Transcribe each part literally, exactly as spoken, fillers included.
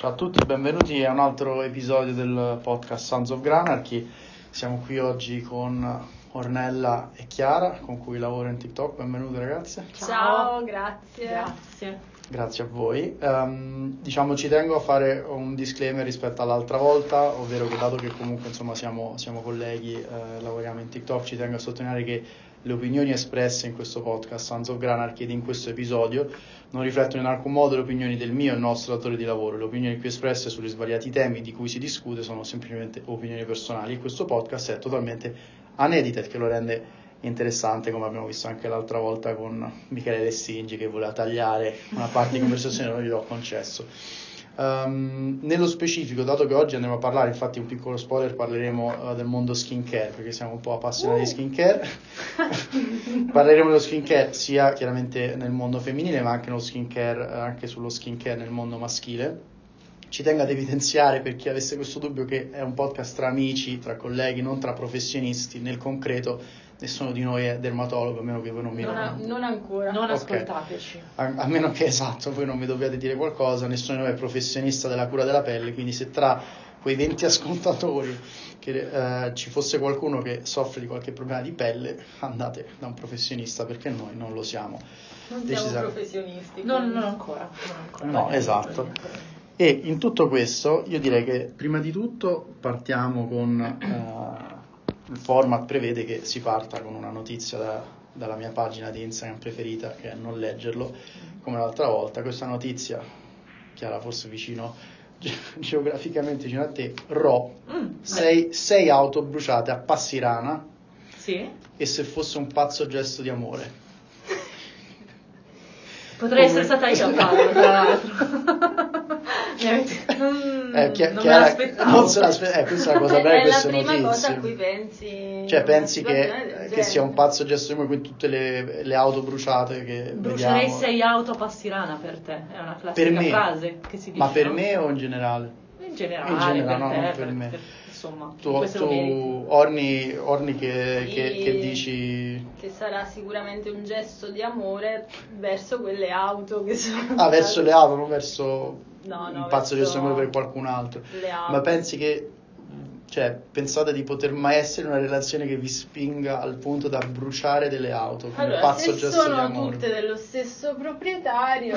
Ciao a tutti, benvenuti a un altro episodio del podcast Sons of Granarchy. Siamo qui oggi con Ornella e Chiara, con cui lavoro in TikTok. Benvenute ragazze. Ciao, grazie. Grazie. Grazie a voi. Um, diciamo ci tengo a fare un disclaimer rispetto all'altra volta, ovvero che dato che comunque insomma siamo, siamo colleghi, eh, lavoriamo in TikTok, ci tengo a sottolineare che le opinioni espresse in questo podcast Sons of Granarchy ed in questo episodio non riflettono in alcun modo le opinioni del mio e il nostro datore di lavoro. Le opinioni qui espresse sugli svariati temi di cui si discute sono semplicemente opinioni personali e questo podcast è totalmente unedited, che lo rende interessante, come abbiamo visto anche l'altra volta con Michele Lessingi che voleva tagliare una parte di conversazione, non gli ho concesso. Um, nello specifico, dato che oggi andiamo a parlare, infatti un piccolo spoiler, parleremo uh, del mondo skincare perché siamo un po' appassionati uh. di skincare. Parleremo dello skincare sia chiaramente nel mondo femminile ma anche nello skincare, uh, anche sullo skincare nel mondo maschile. Ci tengo ad evidenziare, per chi avesse questo dubbio, che è un podcast tra amici, tra colleghi, non tra professionisti. Nel concreto nessuno di noi è dermatologo, a meno che voi non mi non, a, non ancora non okay. ascoltateci a, a meno che esatto voi non mi dobbiate dire qualcosa. Nessuno di noi è professionista della cura della pelle, quindi se tra quei venti ascoltatori che eh, ci fosse qualcuno che soffre di qualche problema di pelle, andate da un professionista, perché noi non lo siamo. Non siamo professionisti, non, non ancora, non ancora no esatto. E in tutto questo io direi che prima di tutto partiamo con uh, il format prevede che si parta con una notizia da, dalla mia pagina di Instagram preferita, che è non leggerlo come l'altra volta. Questa notizia, Chiara, forse vicino geograficamente vicino a te, Ro, mm, sei, sei auto bruciate a Passirana. Sì. E se fosse un pazzo gesto di amore. Potrei Come... essere stata io a farlo, tra l'altro. mm, eh, chi, non chi me era, l'aspettavo. Non se l'aspettava. Eh, questa è la cosa bella di queste notizie. È la prima cosa a cui pensi. Cioè pensi che, che sia un pazzo gesto di amore, quindi tutte le, le auto bruciate che Brucerei vediamo. sei auto a Passirana per te, è una classica per me, frase che si dice. Ma per no? me o in generale? In generale, in generale per no, te, non per, per me. Per, insomma, tu, tu Orni, Orni che, sì, che, che dici che sarà sicuramente un gesto di amore verso quelle auto che sono ah verso le auto, non verso no, no, un pazzo verso gesto di amore per qualcun altro. Le auto. Ma pensi che, cioè, pensate di poter mai essere una relazione che vi spinga al punto da bruciare delle auto come allora, pazzo se gesto di sono amore? tutte dello stesso proprietario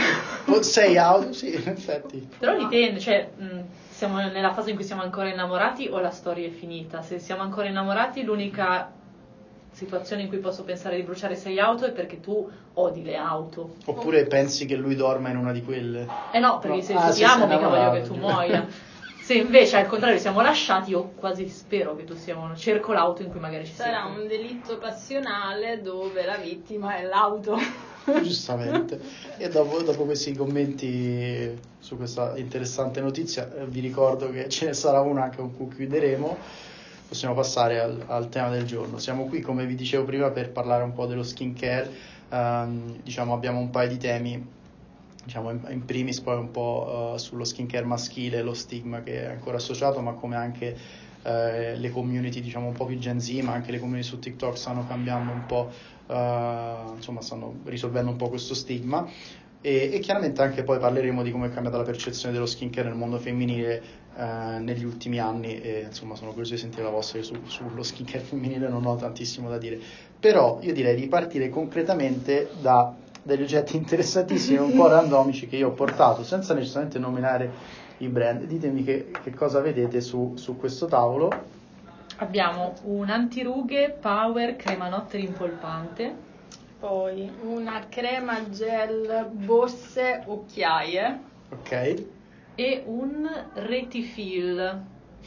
sei auto, sì, in effetti. Però dipende, cioè mh, siamo nella fase in cui siamo ancora innamorati o la storia è finita? Se siamo ancora innamorati, l'unica situazione in cui posso pensare di bruciare sei auto è perché tu odi le auto. Oppure pensi che lui dorma in una di quelle? Eh no, perché no. se ah, ti amo mica voglio che tu già. muoia. Se invece al contrario siamo lasciati, io quasi spero che tu sia uno, cerco l'auto in cui magari ci sarà siamo. un delitto passionale dove la vittima è l'auto. Giustamente. E dopo, dopo questi commenti su questa interessante notizia, eh, vi ricordo che ce ne sarà una anche con cui chiuderemo. Possiamo passare al, al tema del giorno. Siamo qui, come vi dicevo prima, per parlare un po' dello skincare. Um, diciamo abbiamo un paio di temi, diciamo in, in primis poi un po' uh, sullo skincare maschile, lo stigma che è ancora associato, ma come anche uh, le community diciamo un po' più Gen Z, ma anche le community su TikTok stanno cambiando un po', uh, insomma stanno risolvendo un po' questo stigma. E, e chiaramente anche poi parleremo di come è cambiata la percezione dello skincare nel mondo femminile eh, negli ultimi anni, e insomma sono curioso di sentire la vostra su, sullo skincare femminile, non ho tantissimo da dire, però io direi di partire concretamente da degli oggetti interessantissimi un po' randomici che io ho portato senza necessariamente nominare i brand. Ditemi che, che cosa vedete su, su questo tavolo. Abbiamo un antirughe Power crema notte rimpolpante, poi una crema gel borse occhiaie, ok, e un Retifil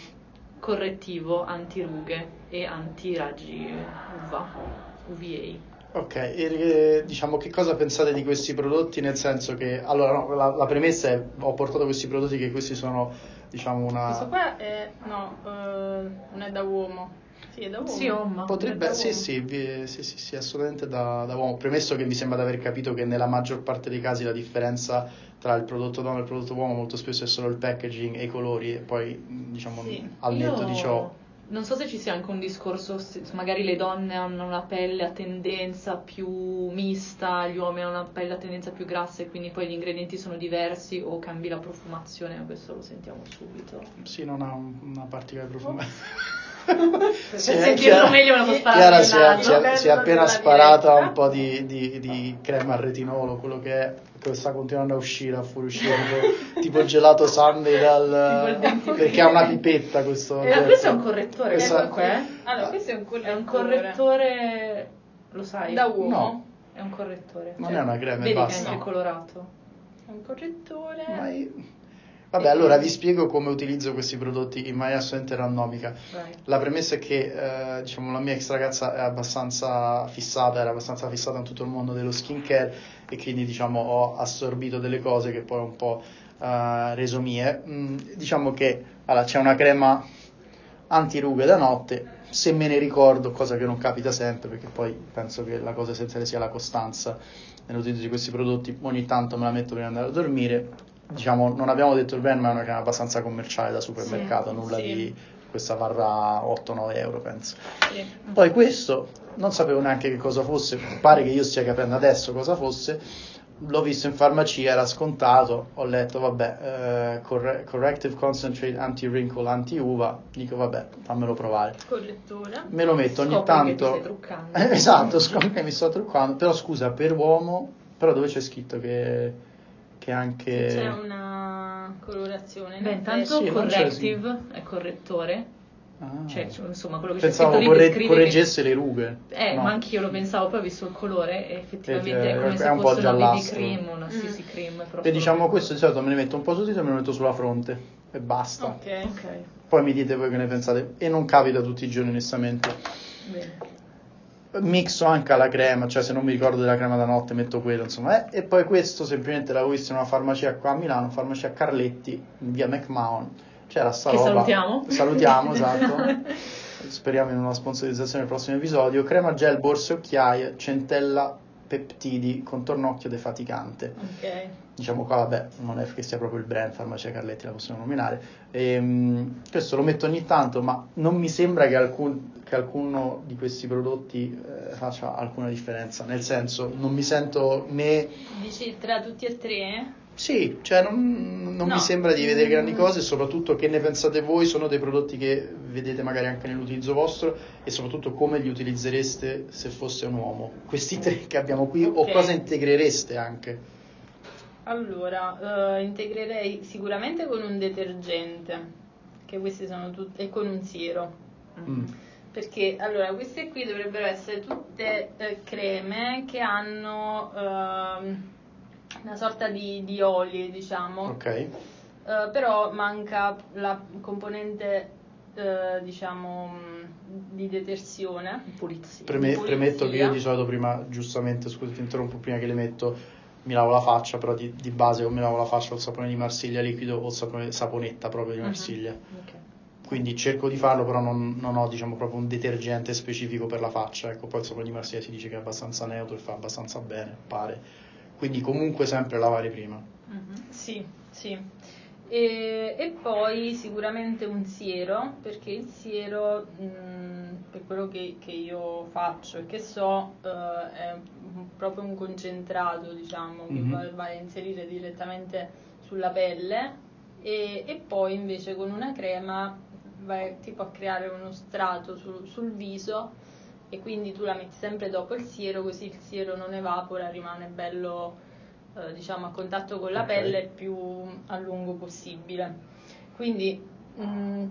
correttivo antirughe e antiraggi U V A, U V A. Ok, e diciamo che cosa pensate di questi prodotti, nel senso che allora no, la, la premessa è ho portato questi prodotti che questi sono diciamo una questo qua è no uh, non è da uomo. Sì, è da uomo. Sì, uomo. Potrebbe, sì, sì, sì, sì, sì, sì, assolutamente da, da uomo. Premesso che mi sembra di aver capito che nella maggior parte dei casi la differenza tra il prodotto donna e il prodotto uomo molto spesso è solo il packaging e i colori, e poi diciamo sì. al netto Io... di ciò. non so se ci sia anche un discorso, se magari le donne hanno una pelle a tendenza più mista, gli uomini hanno una pelle a tendenza più grassa e quindi poi gli ingredienti sono diversi o cambi la profumazione, questo lo sentiamo subito. Sì, non ha un- una particolare profumazione. Per Sì, sentirlo Chiara- meglio me lo sparato Chiara si è, nel si è- naso. si è appena della sparata diretta. un po' di, di- di crema al retinolo, quello che è, che sta continuando a uscire, a fuoriuscire, tipo, tipo il gelato Sunday Tipo il dal, dentifricio. perché ha una pipetta questo Eh, oggetto. questo è un correttore, Questa- comunque, eh? Allora, questo è un correttore. È un correttore, lo sai? Da uomo. No. È un correttore. Non è una crema, Vedi che è basta. anche No. colorato. È un correttore. Ma io- Vabbè, allora vi spiego come utilizzo questi prodotti in maniera assolutamente randomica. Vai. La premessa è che eh, diciamo, la mia ex ragazza è abbastanza fissata, era abbastanza fissata in tutto il mondo dello skincare e quindi diciamo, ho assorbito delle cose che poi ho un po' eh, reso mie. Mm, diciamo che allora, c'è una crema antirughe da notte, se me ne ricordo, cosa che non capita sempre perché poi penso che la cosa essenziale sia la costanza nell'utilizzo di questi prodotti, ogni tanto me la metto prima di andare a dormire. Diciamo, non abbiamo detto il brand, ma è una crema abbastanza commerciale da supermercato, Sì, nulla sì. di... questa varrà otto nove euro penso. Sì. Poi questo, non sapevo neanche che cosa fosse, pare che io stia capendo adesso cosa fosse, l'ho visto in farmacia, era scontato, ho letto vabbè, eh, corre- Corrective Concentrate Anti-Wrinkle Anti-Uva, dico vabbè, fammelo provare. Correttore. Me lo metto ogni Scopri che ti tanto... stai truccando. Esatto, scopri che mi sto truccando, però scusa, per uomo, però dove c'è scritto che... che anche C'è una colorazione. in Beh, intanto Sì, non c'è- corrective è correttore, Ah. cioè insomma quello che c'è pensavo scritto lì corre- descrive correggesse le rughe. che... Eh, No. ma anch'io lo pensavo, poi ho visto il colore e effettivamente Eh, è come è se un po' fosse una B B giallastro. cream, una Mm. C C cream. Però E solo diciamo per questo di solito me ne metto un po' sul dito e me lo metto sulla fronte e basta. Ok. Ok, Poi mi dite voi che ne pensate e non capita tutti i giorni onestamente. bene. Mixo anche alla crema, cioè se non mi ricordo della crema da notte metto quello, insomma, eh. E poi questo semplicemente l'avevo visto in una farmacia qua a Milano, farmacia Carletti, in via McMahon. C'era sta Che roba. salutiamo. Salutiamo, esatto. Speriamo in una sponsorizzazione nel prossimo episodio. Crema gel, borse, occhiaie, centella, peptidi, contorno occhio defaticante. Ok. Diciamo qua, vabbè, non è che sia proprio il brand Farmacia Carletti, la possiamo nominare. Ehm, questo lo metto ogni tanto, ma non mi sembra che, alcun, che alcuno di questi prodotti eh, faccia alcuna differenza. Nel senso, non mi sento né... Dici tra tutti e tre? Sì, cioè non, non No. mi sembra di vedere grandi Mm. cose e soprattutto che ne pensate voi, sono dei prodotti che vedete magari anche nell'utilizzo vostro e soprattutto come li utilizzereste se fosse un uomo. Questi tre che abbiamo qui o Ok. cosa integrereste anche? Allora, eh, integrerei sicuramente con un detergente, che questi sono tutti, e con un siero. Mm. Perché allora queste qui dovrebbero essere tutte eh, creme che hanno ehm, una sorta di, di oli, diciamo. Ok. Eh, però manca la componente eh, diciamo mh, di detersione. Pulizia. Preme- Pulizia. premetto che io di solito prima, giustamente, scusa ti interrompo, prima che le metto mi lavo la faccia, però di, di base o mi lavo la faccia col sapone di Marsiglia liquido o sapone, saponetta proprio di Mhm. Marsiglia. Ok. Quindi cerco di farlo, però non, non ho diciamo proprio un detergente specifico per la faccia. Ecco, poi il sapone di Marsiglia si dice che è abbastanza neutro e fa abbastanza bene, pare. Quindi comunque sempre lavare prima. Mhm. Sì, sì. E, e poi sicuramente un siero, perché il siero, mh, per quello che, che io faccio e che so, eh, è un- proprio un concentrato, diciamo, che Mhm. va, va a inserire direttamente sulla pelle e, e poi invece con una crema vai tipo a creare uno strato sul, sul viso e quindi tu la metti sempre dopo il siero, così il siero non evapora, rimane bello eh, diciamo a contatto con la Ok. pelle più a lungo possibile. Quindi mh,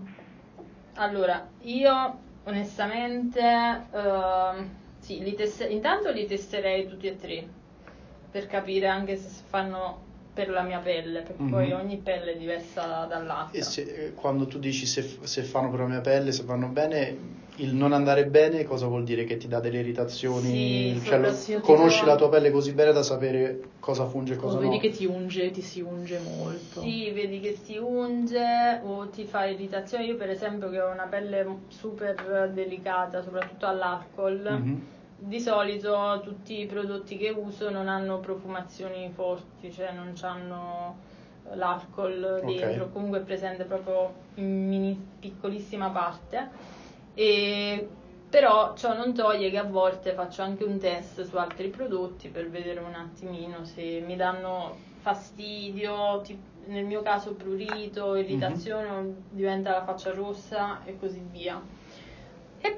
allora io onestamente ehm, sì, li test- intanto li testerei tutti e tre per capire anche se fanno per la mia pelle, perché Mhm. poi ogni pelle è diversa dall'altra. E se, eh, quando tu dici se, se fanno per la mia pelle, se vanno bene, il non andare bene cosa vuol dire? Che ti dà delle irritazioni? Sì, Cioè, lo- soprattutto- conosci la tua pelle così bene da sapere cosa funge e O cosa vedi no? che ti unge, ti si unge molto. Sì, vedi che ti unge o ti fa irritazione. Io per esempio che ho una pelle super delicata, soprattutto all'alcol, Mhm. di solito tutti i prodotti che uso non hanno profumazioni forti, cioè non hanno l'alcol Ok. dentro, comunque è presente proprio in mini, piccolissima parte. E però ciò non toglie che a volte faccio anche un test su altri prodotti per vedere un attimino se mi danno fastidio, tipo, nel mio caso prurito, irritazione, mm-hmm. diventa la faccia rossa e così via. E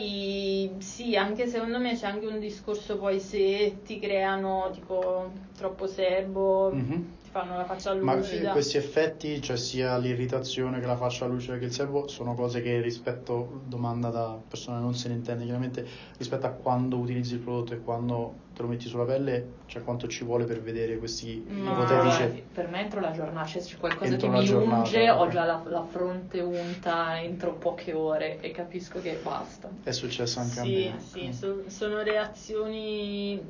poi sì, anche secondo me c'è anche un discorso poi se ti creano tipo troppo sebo, mm-hmm. ti fanno la faccia lucida. Ma eh, questi effetti, cioè sia l'irritazione che la faccia lucida che il sebo, sono cose che rispetto, domanda da persona non se ne intende chiaramente, rispetto a quando utilizzi il prodotto e quando te lo metti sulla pelle, cioè quanto ci vuole per vedere questi Ma ipotetici... Per me entro la giornata, cioè se c'è qualcosa entro che mi giornata, unge, okay. ho già la, la fronte unta entro poche ore e capisco che basta. È successo anche sì, a me. Sì, mm. so, sono reazioni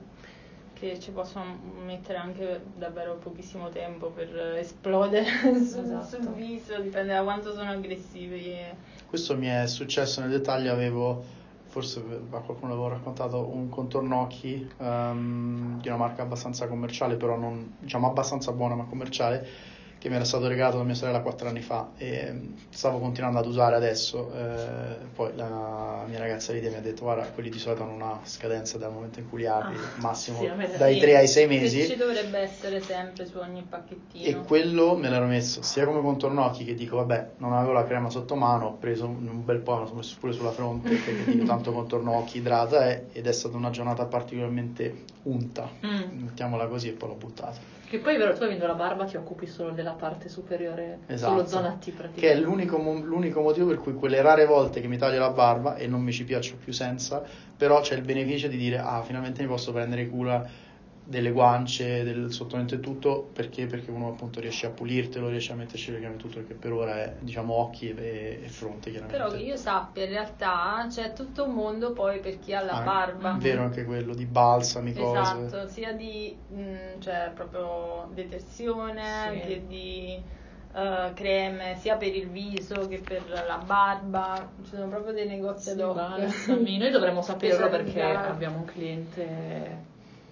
che ci possono mettere anche davvero pochissimo tempo per esplodere sul, esatto. sul viso, dipende da quanto sono aggressivi. Questo mi è successo nel dettaglio, avevo... forse a qualcuno l'avevo raccontato, un contorno occhi um, di una marca abbastanza commerciale, però non, diciamo abbastanza buona ma commerciale, che mi era stato regalato da mia sorella quattro anni fa e stavo continuando ad usare adesso, eh, poi la mia ragazza Lidia mi ha detto guarda, quelli di solito hanno una scadenza dal momento in cui li apri, ah, massimo sì, dai tre ai sei mesi, ci dovrebbe essere sempre su ogni pacchettino, e quello me l'ero messo sia come contorno occhi che dico vabbè, non avevo la crema sotto mano, ho preso un bel po', me l'ho messo pure sulla fronte perché dico tanto contorno occhi idrata è, ed è stata una giornata particolarmente unta, mm. mettiamola così, e poi l'ho buttato. Che poi è vero, tu avendo la barba ti occupi solo della parte superiore, esatto. solo zona T praticamente. Che è l'unico, l'unico motivo per cui quelle rare volte che mi taglio la barba e non mi ci piaccio più senza, però c'è il beneficio di dire ah, finalmente mi posso prendere cura delle guance, del sottomento e tutto, perché perché uno appunto riesce a pulirtelo, riesce a metterci legame tutto, perché per ora è diciamo occhi e, e fronte chiaramente. Però che io sappia in realtà c'è tutto un mondo poi per chi ha la ah, barba, vero anche quello di balsami, cose, esatto, sia di mh, cioè proprio detersione sì. che di uh, creme sia per il viso che per la barba, ci sono proprio dei negozi ad hoc. Balsami. Noi dovremmo saperlo perché abbiamo un cliente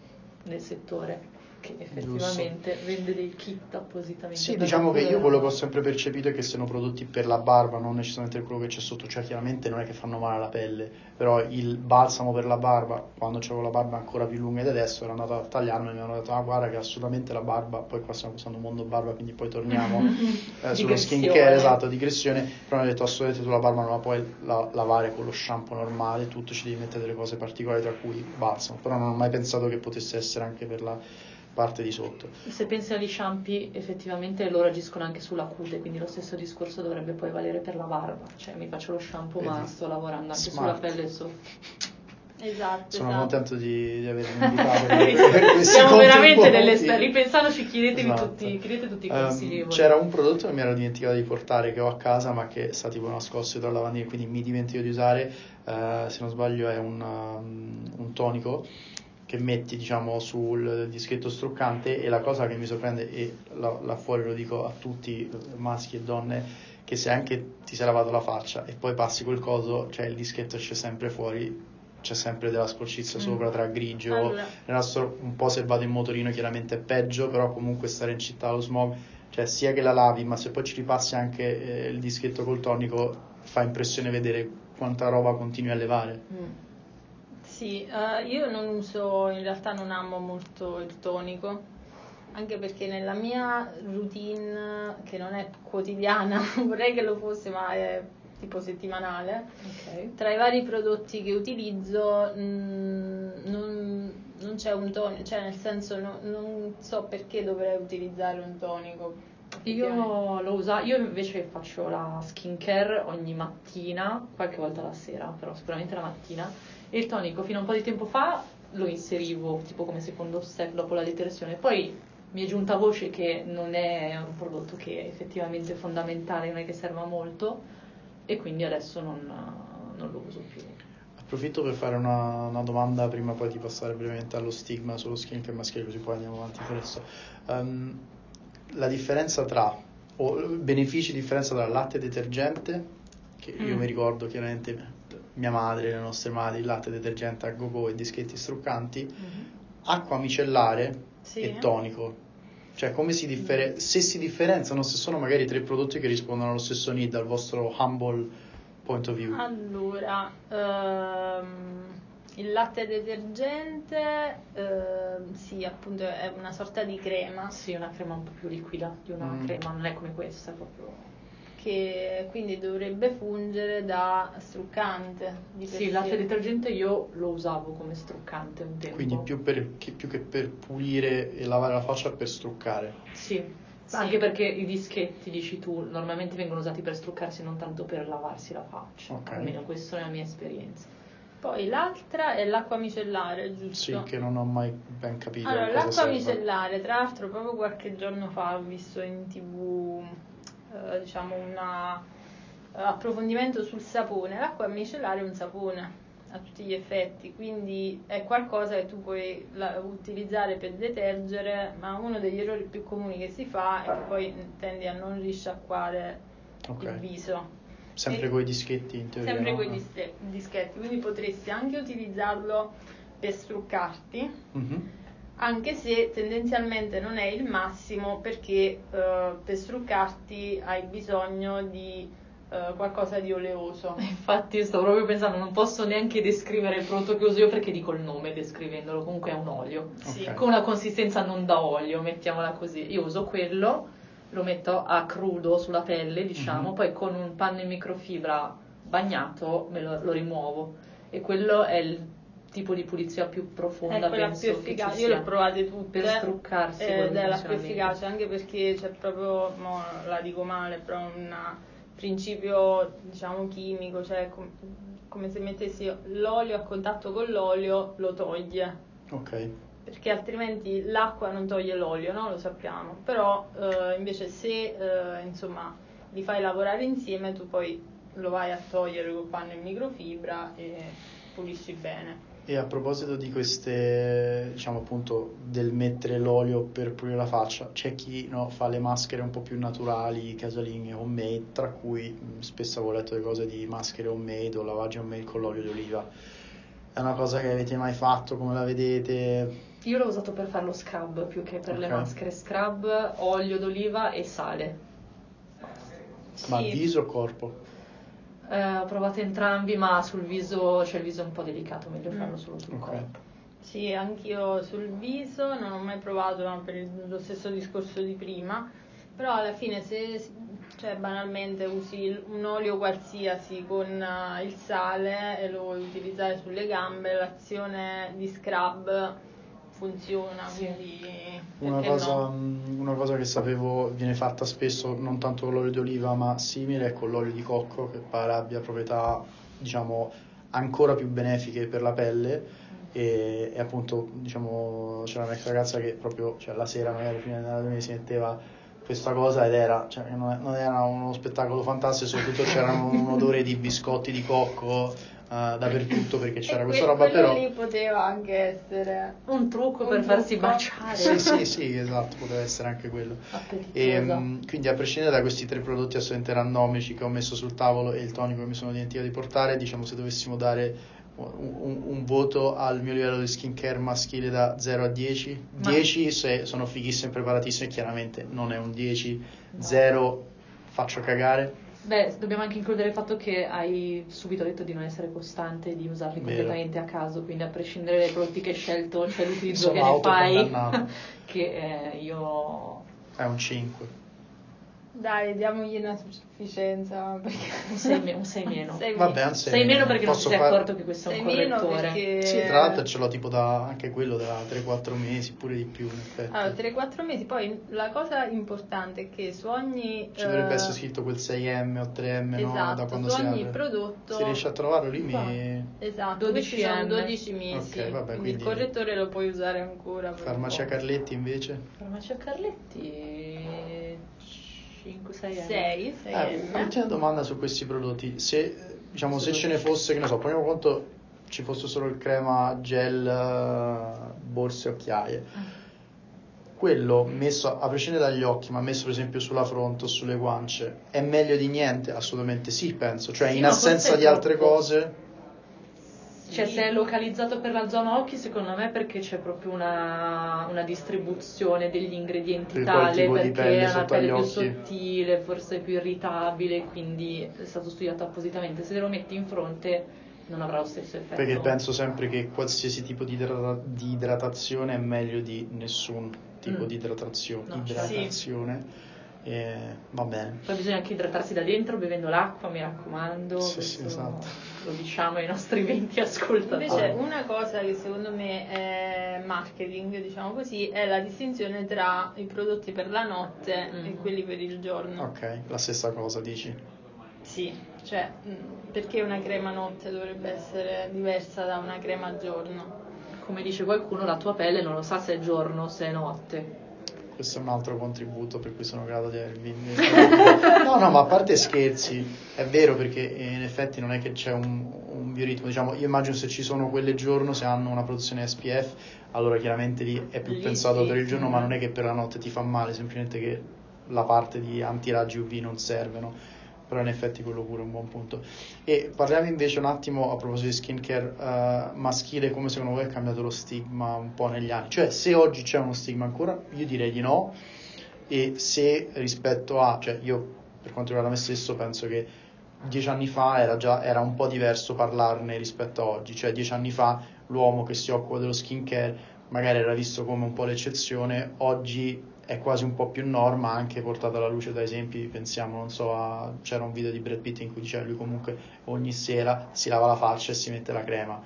nel settore che effettivamente giusto. Vende dei kit appositamente. Sì, diciamo che io quello che ho sempre percepito è che siano prodotti per la barba, non necessariamente quello che c'è sotto, cioè chiaramente non è che fanno male alla pelle, però il balsamo per la barba, quando avevo la barba ancora più lunga di adesso, ero andato a tagliarmi e mi hanno detto ah guarda che assolutamente la barba, poi qua stiamo passando un mondo barba, quindi poi torniamo eh, sullo skincare, esatto, digressione, però mi hanno detto assolutamente tu la barba non la puoi la- lavare con lo shampoo normale, tutto ci devi mettere delle cose particolari tra cui balsamo, però non ho mai pensato che potesse essere anche per la parte di sotto. Se pensi agli shampoo effettivamente loro agiscono anche sulla cute, quindi lo stesso discorso dovrebbe poi valere per la barba, cioè mi faccio lo shampoo Vedi. ma sto lavorando anche Smart. sulla pelle e su. Esatto, sono esatto. contento di, di avermi invitato per siamo veramente delle esperti, ripensandoci chiedetevi esatto. tutti, chiedete tutti i consigli um, c'era un prodotto che mi ero dimenticato di portare che ho a casa ma che sta tipo nascosto tra la lavandina, quindi mi dimentico di usare, uh, se non sbaglio è un, um, un tonico che metti diciamo sul dischetto struccante, e la cosa che mi sorprende, e là, là fuori lo dico a tutti maschi e donne, che se anche ti sei lavato la faccia e poi passi quel coso, cioè il dischetto esce sempre fuori, c'è sempre della sporcizia mm. sopra, tra grigio, allora. nell'altro un po' se vado in motorino chiaramente è peggio, però comunque stare in città lo smog, cioè sia che la lavi ma se poi ci ripassi anche eh, il dischetto col tonico fa impressione vedere quanta roba continui a levare. mm. Sì, uh, io non uso, in realtà non amo molto il tonico, anche perché nella mia routine, che non è quotidiana, vorrei che lo fosse, ma è tipo settimanale, okay. Tra i vari prodotti che utilizzo mh, non, non c'è un tonico, cioè nel senso no, non so perché dovrei utilizzare un tonico. Io lo uso, io invece faccio la skincare ogni mattina, qualche volta la sera, però sicuramente la mattina, e il tonico fino a un po' di tempo fa lo inserivo tipo come secondo step dopo la detersione, poi mi è giunta voce che non è un prodotto che è effettivamente fondamentale, non è che serva molto, e quindi adesso non, non lo uso più. Approfitto per fare una, una domanda prima poi di passare brevemente allo stigma sullo skincare maschile, così poi andiamo avanti per questo. Um, la differenza tra, o benefici differenza tra latte detergente, che io mm. mi ricordo chiaramente mia madre, le nostre madri, il latte detergente a go-go e dischetti struccanti, mm-hmm. acqua micellare sì. e tonico, cioè come si differ- se si differenziano, se sono magari tre prodotti che rispondono allo stesso need, al vostro humble point of view? Allora, ehm, il latte detergente, ehm, sì, appunto è una sorta di crema. Sì, una crema un po' più liquida di una Mm. crema, non è come questa, è proprio... Che quindi dovrebbe fungere da struccante. Di per Sì, il latte sé. detergente io lo usavo come struccante un tempo. Quindi più, per, che, più che per pulire e lavare la faccia, per struccare. Sì, Sì. anche perché i dischetti, dici tu, normalmente vengono usati per struccarsi, non tanto per lavarsi la faccia. Ok. Almeno questa è la mia esperienza. Poi l'altra è l'acqua micellare, giusto? Sì, che non ho mai ben capito Allora, cosa l'acqua serva. micellare, tra l'altro proprio qualche giorno fa ho visto in tv eh, diciamo un approfondimento sul sapone. L'acqua micellare è un sapone a tutti gli effetti, quindi è qualcosa che tu puoi la, utilizzare per detergere, ma uno degli errori più comuni che si fa è che poi tendi a non risciacquare Ok. il viso. Sempre E- con i dischetti in teoria, Sempre no? con i diste- dischetti, quindi potresti anche utilizzarlo per struccarti, Mhm. anche se tendenzialmente non è il massimo, perché eh, per struccarti hai bisogno di eh, qualcosa di oleoso. Infatti io stavo proprio pensando, non posso neanche descrivere il prodotto che uso io perché dico il nome descrivendolo, comunque è un olio. Sì. Ok. Con una consistenza non da olio, mettiamola così. Io uso quello, lo metto a crudo sulla pelle, diciamo, Mhm. poi con un panno in microfibra bagnato me lo, lo rimuovo. E quello è il tipo di pulizia più profonda, È quella penso più che ci efficace, io sia. le ho provate tutte Per struccarsi, ed quello che è la più funziona meglio. efficace, anche perché c'è proprio, mo la dico male, però un principio diciamo chimico, cioè com- come se mettessi l'olio a contatto con l'olio, lo toglie, Ok. perché altrimenti l'acqua non toglie l'olio, no? Lo sappiamo, però eh, invece se eh, insomma li fai lavorare insieme, tu poi lo vai a togliere col panno in microfibra e pulisci bene. E a proposito di queste, diciamo appunto, del mettere l'olio per pulire la faccia, c'è chi no, fa le maschere un po' più naturali, casalinghe, homemade, tra cui mh, spesso avevo letto le cose di maschere homemade o lavaggi homemade con l'olio di oliva. È una cosa che avete mai fatto? Come la vedete? Io l'ho usato per fare lo scrub più che per le Ok. maschere. Scrub, olio d'oliva e sale. Ma Sì. viso o corpo? Eh, ho provato entrambi, ma sul viso, cioè il viso è un po' delicato, meglio Mm. farlo solo sul Ok. corpo. Sì, anch'io sul viso non ho mai provato, ma per il- lo stesso discorso di prima, però alla fine se cioè, banalmente usi il- un olio qualsiasi con eh, il sale e lo vuoi utilizzare sulle gambe, l'azione di scrub funziona, Sì. quindi Una perché cosa, no? mh, una cosa che sapevo viene fatta spesso, non tanto con l'olio di oliva, ma simile, è con l'olio di cocco, che pare abbia proprietà, diciamo, ancora più benefiche per la pelle. E, e appunto, diciamo, c'era una ex ragazza che proprio, cioè, la sera, magari prima di andare a dormire, si metteva questa cosa ed era, cioè, non, non era uno spettacolo fantastico, soprattutto c'era un odore di biscotti di cocco eh, dappertutto, perché c'era E questa que- roba, quello però lì poteva anche essere Un trucco Un per farsi trucco. baciare. sì, sì, sì, esatto, poteva essere anche quello. Appetitosa. E, mh, quindi a prescindere da questi tre prodotti assolutamente randomici che ho messo sul tavolo e il tonico che mi sono dimenticato di portare, diciamo, se dovessimo dare un, un- un voto al mio livello di skincare maschile da zero a dieci, Ma- dieci se sono fighissimo e preparatissimo, e chiaramente non è un dieci, No. zero faccio cagare. Beh, dobbiamo anche includere il fatto che hai subito detto di non essere costante e di usarli Vero. completamente a caso, quindi a prescindere dai prodotti che hai scelto, c'è l'utilizzo Sono che ne fai, autocondannato. che eh, io... È un cinque. Dai, diamogli una sufficienza perché Un sei me- un sei meno. Sei Vabbè, meno. un sei Sei meno perché non ti Posso sei fare- accorto che questo è Sei un meno correttore. perché Sì, tra l'altro ce l'ho tipo da anche quello da tre quattro mesi, pure di più in effetti. Allora, tre quattro mesi, poi la cosa importante è che su ogni Ci dovrebbe eh, essere scritto quel sei emme o tre emme, no? esatto, Da quando su si ogni apre. prodotto Si riesce a trovarlo lì, Qua. mi... esatto, dodici questi sono emme. dodici mesi, Ok, vabbè, quindi, quindi- il correttore lo puoi usare ancora per un Farmacia po'. Carletti invece? Farmacia Carletti cinque sei euro. sei, sei Eh, emme. ultima domanda su questi prodotti. Se, eh, diciamo, se Su ce ne fosse, che ne so, poniamo conto ci fosse solo il crema, gel, eh, borse, occhiaie. Quello messo, a prescindere dagli occhi, ma messo per esempio sulla fronte o sulle guance, è meglio di niente? Assolutamente sì, penso. Cioè, Sì, in ma assenza forse è di altre troppo. cose... Sì. Cioè, se è localizzato per la zona occhi, secondo me perché c'è proprio una, una distribuzione degli ingredienti Per quel tale, tipo di perché pelle è una sotto agli pelle più occhi. sottile, forse più irritabile, quindi è stato studiato appositamente. Se lo metti in fronte non avrà lo stesso effetto. Perché penso sempre che qualsiasi tipo di, idrata- di idratazione è meglio di nessun tipo Mm. di idratazione. No, idratazione. E va bene. Poi bisogna anche idratarsi da dentro bevendo l'acqua, mi raccomando. Sì, questo sì, esatto. Lo diciamo ai nostri venti ascoltatori. Invece una cosa che secondo me è marketing, diciamo così, è la distinzione tra i prodotti per la notte Mm. e quelli per il giorno. Ok, la stessa cosa dici. Sì, cioè mh, perché una crema notte dovrebbe essere diversa da una crema giorno? Come dice qualcuno, la tua pelle non lo sa se è giorno o se è notte. Questo è un altro contributo per cui sono grato di avervi. No, no, ma a parte scherzi, è vero, perché in effetti non è che c'è un, un bioritmo. Diciamo, io immagino se ci sono quelle giorno, se hanno una produzione S P F, allora chiaramente lì è più Lì pensato sì. per il giorno, ma non è che per la notte ti fa male, semplicemente che la parte di antiraggi U V non serve, no? Però in effetti quello pure è un buon punto. E parliamo invece un attimo a proposito di skincare uh, maschile, come secondo voi è cambiato lo stigma un po' negli anni? Cioè, se oggi c'è uno stigma ancora, io direi di no, e se rispetto a, cioè io per quanto riguarda me stesso penso che dieci anni fa era già era un po' diverso parlarne rispetto a oggi, cioè dieci anni fa l'uomo che si occupa dello skincare magari era visto come un po' l'eccezione, oggi è quasi un po' più norma, anche portata alla luce da esempi, pensiamo, non so, a, c'era un video di Brad Pitt in cui diceva lui comunque ogni sera si lava la faccia e si mette la crema,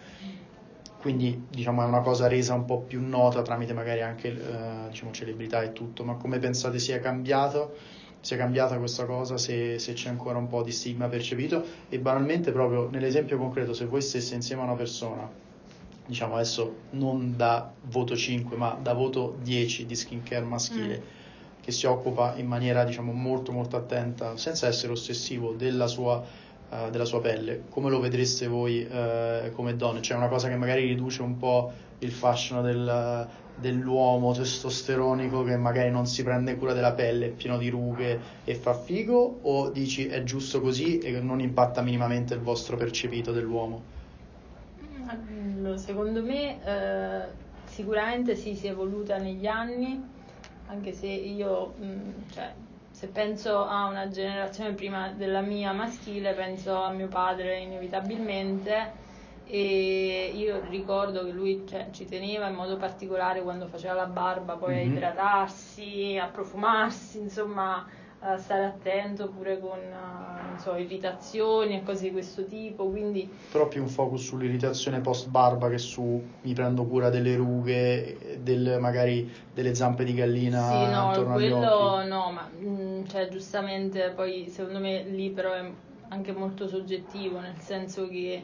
quindi diciamo è una cosa resa un po' più nota tramite magari anche eh, diciamo celebrità e tutto, ma come pensate sia cambiato, sia cambiata questa cosa, se, se c'è ancora un po' di stigma percepito? E banalmente proprio nell'esempio concreto, se voi stesse insieme a una persona, diciamo adesso non da voto cinque ma da voto dieci di skincare maschile, mm. che si occupa in maniera diciamo molto molto attenta, senza essere ossessivo, della sua, uh, della sua pelle, come lo vedreste voi uh, come donne? Cioè una cosa che magari riduce un po' il fascino del, dell'uomo testosteronico che magari non si prende cura della pelle, è pieno di rughe e fa figo, o dici è giusto così e non impatta minimamente il vostro percepito dell'uomo? Secondo me eh, sicuramente sì, si è evoluta negli anni, anche se io mh, cioè, se penso a una generazione prima della mia maschile, penso a mio padre inevitabilmente, e io ricordo che lui cioè, ci teneva in modo particolare quando faceva la barba poi mm-hmm. a idratarsi, a profumarsi, insomma a stare attento pure con uh, non so, irritazioni e cose di questo tipo, quindi però più un focus sull'irritazione post barba che su mi prendo cura delle rughe, del, magari delle zampe di gallina sì, no, attorno agli quello occhi. no, ma mh, cioè giustamente poi secondo me lì però è anche molto soggettivo, nel senso che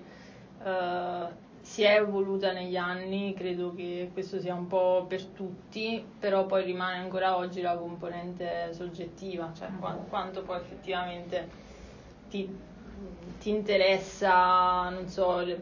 uh, si è evoluta negli anni, credo che questo sia un po' per tutti, però poi rimane ancora oggi la componente soggettiva, cioè quanto, quanto poi effettivamente ti, ti interessa, non so, le,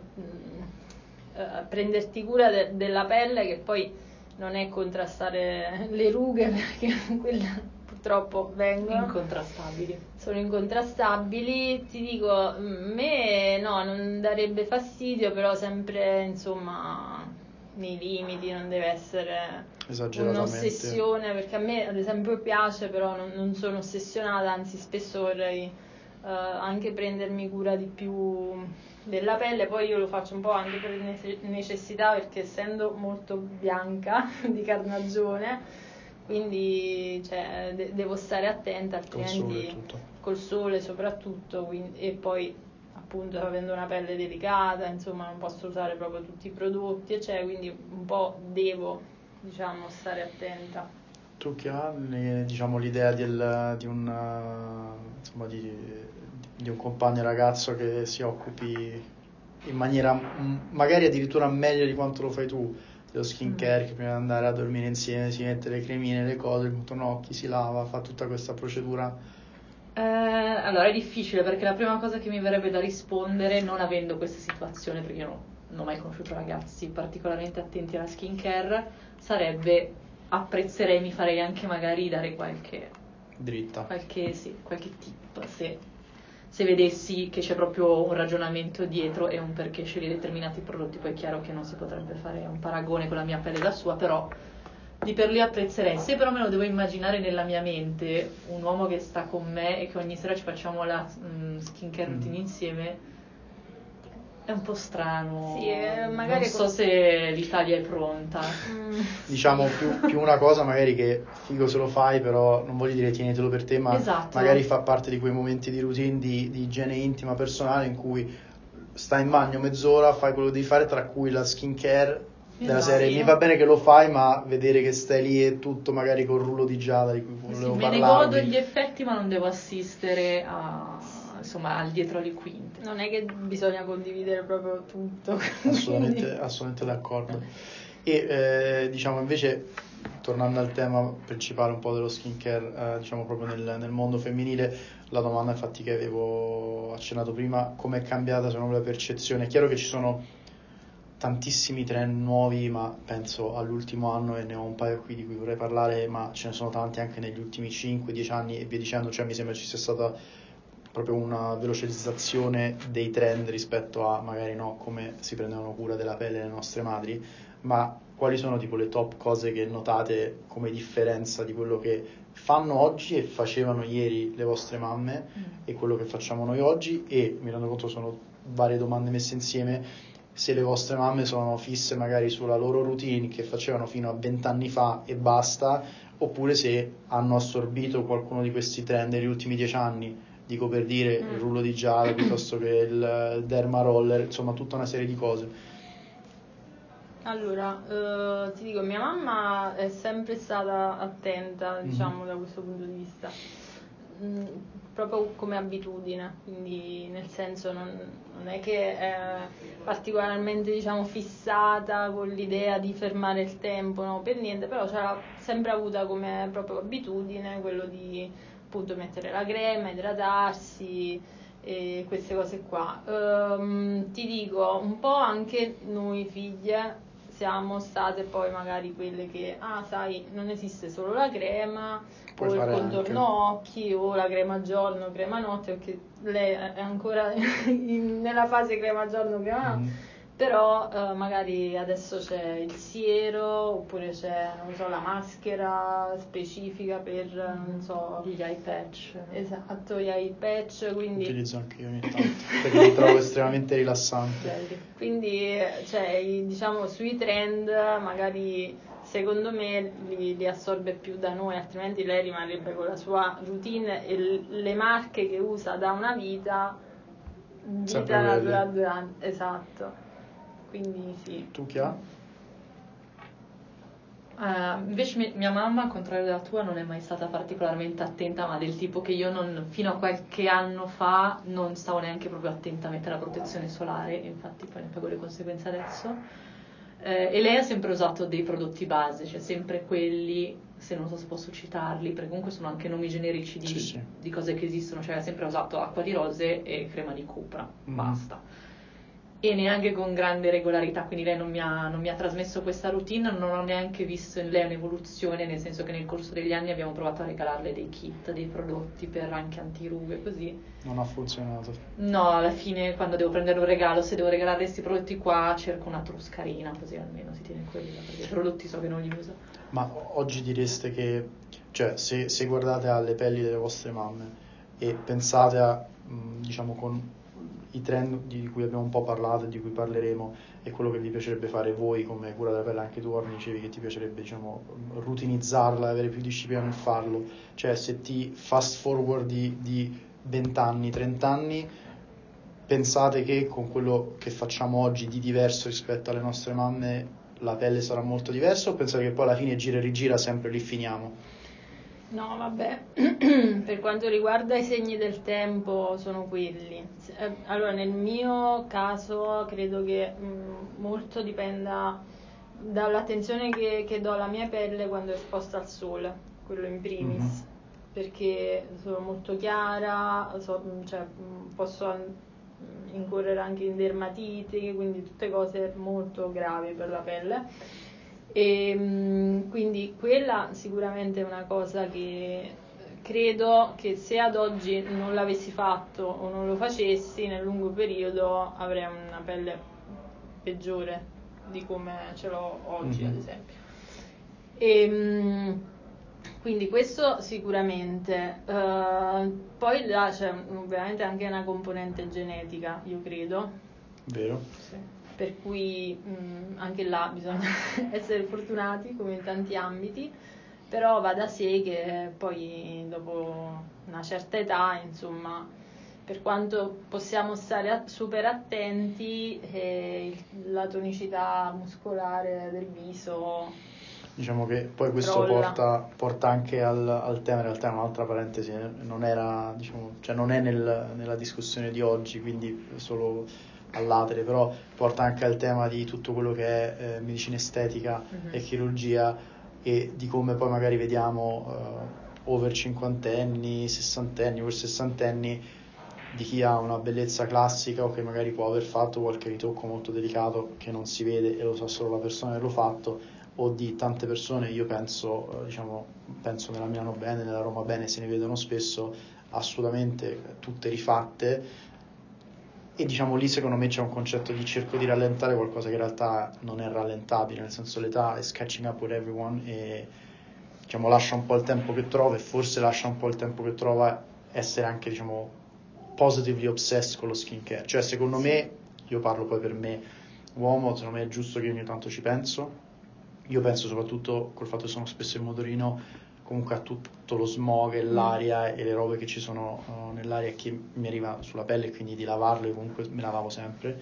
uh, prenderti cura de, della pelle, che poi non è contrastare le rughe, perché quelle purtroppo vengono incontrastabili. Sono incontrastabili, ti dico, a me no, non darebbe fastidio, però sempre insomma nei limiti, non deve essere un'ossessione, perché a me ad esempio piace, però non, non sono ossessionata, anzi spesso vorrei uh, anche prendermi cura di più della pelle. Poi io lo faccio un po' anche per necessità, perché essendo molto bianca di carnagione, quindi cioè, de- devo stare attenta, altrimenti col sole, tutto. col sole soprattutto, quindi, e poi appunto avendo una pelle delicata, insomma non posso usare proprio tutti i prodotti, eccetera, quindi un po' devo, diciamo, stare attenta. Tu che hai, diciamo, l'idea del, di un insomma di, di un compagno ragazzo che si occupi in maniera magari addirittura meglio di quanto lo fai tu dello skincare, mm. che prima di andare a dormire insieme si mette le cremine, le cose, il contorno occhi, si lava, fa tutta questa procedura? Eh, allora è difficile, perché la prima cosa che mi verrebbe da rispondere, non avendo questa situazione, perché io no, non ho mai conosciuto ragazzi particolarmente attenti alla skincare, sarebbe apprezzerei, mi farei anche magari dare qualche dritta, qualche, sì, qualche tip se, se vedessi che c'è proprio un ragionamento dietro e un perché scegli determinati prodotti. Poi è chiaro che non si potrebbe fare un paragone con la mia pelle e la sua, però lì per lì apprezzerei. Se però me lo devo immaginare nella mia mente, un uomo che sta con me e che ogni sera ci facciamo la mm, skincare routine insieme, è un po' strano. Sì, eh, magari non so con... se l'Italia è pronta. Mm. Diciamo più, più una cosa magari che figo se lo fai, però non voglio dire tienitelo per te, ma Esatto. magari fa parte di quei momenti di routine di, di igiene intima personale in cui stai in bagno mezz'ora, fai quello che devi fare, tra cui la skincare della Esatto. serie. Mi va bene che lo fai, ma vedere che stai lì e tutto magari col rullo di giada di cui volevo sì, me ne parlarvi. godo gli effetti, ma non devo assistere a, insomma, al dietro le quinte. Non è che bisogna condividere proprio tutto. Assolutamente, quindi... assolutamente d'accordo. E eh, diciamo invece, tornando al tema principale un po' dello skincare, eh, diciamo proprio nel, nel mondo femminile, la domanda infatti che avevo accennato prima, come è cambiata secondo me la percezione? È chiaro che ci sono tantissimi trend nuovi, ma penso all'ultimo anno, e ne ho un paio qui di cui vorrei parlare, ma ce ne sono tanti anche negli ultimi cinque dieci anni e via dicendo, cioè mi sembra ci sia stata proprio una velocizzazione dei trend rispetto a magari no, come si prendevano cura della pelle le nostre madri. Ma quali sono tipo le top cose che notate come differenza di quello che fanno oggi e facevano ieri le vostre mamme mm. e quello che facciamo noi oggi? E mi rendo conto sono varie domande messe insieme, se le vostre mamme sono fisse magari sulla loro routine che facevano fino a vent'anni fa e basta, oppure se hanno assorbito qualcuno di questi trend negli ultimi dieci anni, dico per dire mm. il rullo di giada piuttosto che il derma roller, insomma tutta una serie di cose. Allora, eh, ti dico, mia mamma è sempre stata attenta, diciamo, mm-hmm. da questo punto di vista, mm, proprio come abitudine, quindi nel senso non, non è che è particolarmente, diciamo, fissata con l'idea di fermare il tempo, no, per niente, però c'era sempre avuta come proprio abitudine quello di appunto mettere la crema, idratarsi e queste cose qua. Ehm, ti dico, un po' anche noi figlie siamo state poi magari quelle che, ah sai, non esiste solo la crema, puoi o il contorno anche. Occhi, o la crema giorno, crema notte, perché lei è ancora in, nella fase crema giorno, crema mm. però eh, magari adesso c'è il siero, oppure c'è, non so, la maschera specifica per, non so, gli eye patch. Esatto, gli eye patch, quindi... Utilizzo anche io ogni tanto, perché li trovo estremamente rilassanti. Belli. Quindi, cioè, diciamo, sui trend magari secondo me li, li assorbe più da noi, altrimenti lei rimarrebbe con la sua routine e l- le marche che usa da una vita, vita natura due anni, esatto. Quindi sì. Tu chi ha? Uh, invece mia, mia mamma, al contrario della tua, non è mai stata particolarmente attenta, ma del tipo che io non, fino a qualche anno fa non stavo neanche proprio attenta a mettere la protezione solare, e infatti poi ne pago le conseguenze adesso. Eh, e lei ha sempre usato dei prodotti base, cioè sempre quelli, se non so se posso citarli, perché comunque sono anche nomi generici di, sì, sì. di cose che esistono, cioè ha sempre usato acqua di rose e crema di cupra, mm. basta. E neanche con grande regolarità, quindi lei non mi, ha, non mi ha trasmesso questa routine, non ho neanche visto in lei un'evoluzione, nel senso che nel corso degli anni abbiamo provato a regalarle dei kit, dei prodotti per anche antirughe, così. Non ha funzionato. No, alla fine quando devo prendere un regalo, se devo regalare questi prodotti qua, cerco una truscarina, così almeno si tiene quella, perché i prodotti so che non li usa. Ma oggi direste che, cioè, se, se guardate alle pelli delle vostre mamme e pensate a, diciamo, con i trend di cui abbiamo un po' parlato e di cui parleremo, e quello che vi piacerebbe fare voi come cura della pelle, anche tu Orni dicevi che ti piacerebbe, diciamo, routinizzarla, avere più disciplina nel farlo, cioè se ti fast forward di, di venti anni, trenta anni, pensate che con quello che facciamo oggi di diverso rispetto alle nostre mamme la pelle sarà molto diversa, o pensate che poi alla fine gira e rigira sempre lì finiamo? No, vabbè, per quanto riguarda i segni del tempo sono quelli. Allora, nel mio caso credo che mh, molto dipenda dall'attenzione che, che do alla mia pelle quando è esposta al sole, quello in primis, mm-hmm. perché sono molto chiara, so, cioè, posso incorrere anche in dermatiti, quindi tutte cose molto gravi per la pelle. E quindi quella sicuramente è una cosa che, credo che se ad oggi non l'avessi fatto o non lo facessi, nel lungo periodo avrei una pelle peggiore di come ce l'ho oggi, Mhm. ad esempio. E, quindi questo sicuramente. Eh, poi là c'è ovviamente anche una componente genetica, io credo, Vero? per cui mh, anche là bisogna essere fortunati come in tanti ambiti, però va da sé che poi dopo una certa età, insomma, per quanto possiamo stare a- super attenti, eh, il- la tonicità muscolare del viso Diciamo che poi questo crolla. porta, porta anche al, al tema, in realtà è un'altra parentesi, eh, non era, diciamo, cioè non è nel- nella discussione di oggi, quindi solo all'atere, però porta anche al tema di tutto quello che è eh, medicina estetica Mhm. e chirurgia, e di come poi magari vediamo eh, over cinquantenni, sessantenni, over sessantenni, di chi ha una bellezza classica o che magari può aver fatto qualche ritocco molto delicato che non si vede e lo sa solo la persona che l'ha fatto, o di tante persone, io penso, eh, diciamo, penso nella Milano Bene, nella Roma Bene, se ne vedono spesso assolutamente tutte rifatte, e diciamo lì secondo me c'è un concetto di cerco di rallentare qualcosa che in realtà non è rallentabile, nel senso l'età è catching up with everyone e diciamo lascia un po' il tempo che trova, e forse lascia un po' il tempo che trova essere anche, diciamo, positively obsessed con lo skincare. Cioè secondo me, io parlo poi per me uomo, secondo me è giusto che ogni tanto ci penso. Io penso soprattutto col fatto che sono spesso in motorino, comunque a tutto lo smog e l'aria e le robe che ci sono uh, nell'aria che mi arriva sulla pelle, e quindi di lavarlo, e comunque me la lavo sempre.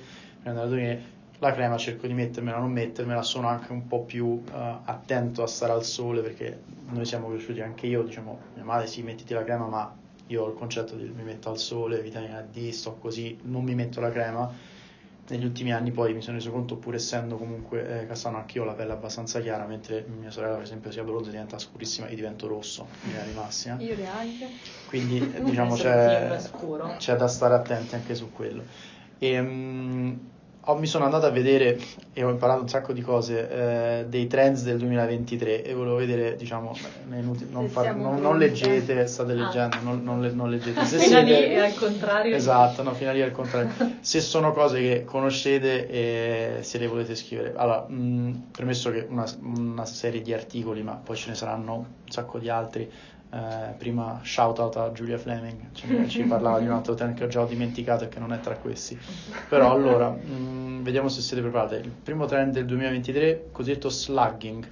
La crema cerco di mettermela, non mettermela, sono anche un po' più uh, attento a stare al sole, perché noi siamo cresciuti, anche io, diciamo, mia madre sì, mettiti la crema, ma io ho il concetto di mi metto al sole, vitamina D, sto così, non mi metto la crema. Negli ultimi anni poi mi sono reso conto, pur essendo comunque eh, castano, anche io ho la pelle abbastanza chiara, mentre mia sorella per esempio si è bronza, diventa scurissima, e divento rosso in linea di massima. Io neanche. Quindi eh, diciamo Sono team c'è, scuro. c'è da stare attenti anche su quello. E, um, ho, mi sono andato a vedere e ho imparato un sacco di cose eh, dei trends del duemilaventitré, e volevo vedere, diciamo, è inutile, non, Se far, siamo non, non pronte. leggete, state Ah. leggendo, non, non, le- non leggete. Se Fino a siete- lì è al contrario. Esatto, no, fino a lì è al contrario. Se sono cose che conoscete e se le volete scrivere. Allora, mh, premesso che una, una serie di articoli, ma poi ce ne saranno un sacco di altri. Eh, prima shout out a Julia Fleming, ci, ci parlava di un altro trend che ho già dimenticato e che non è tra questi. Però allora, mh, vediamo se siete preparati. Il primo trend del duemilaventitré, cosiddetto slugging.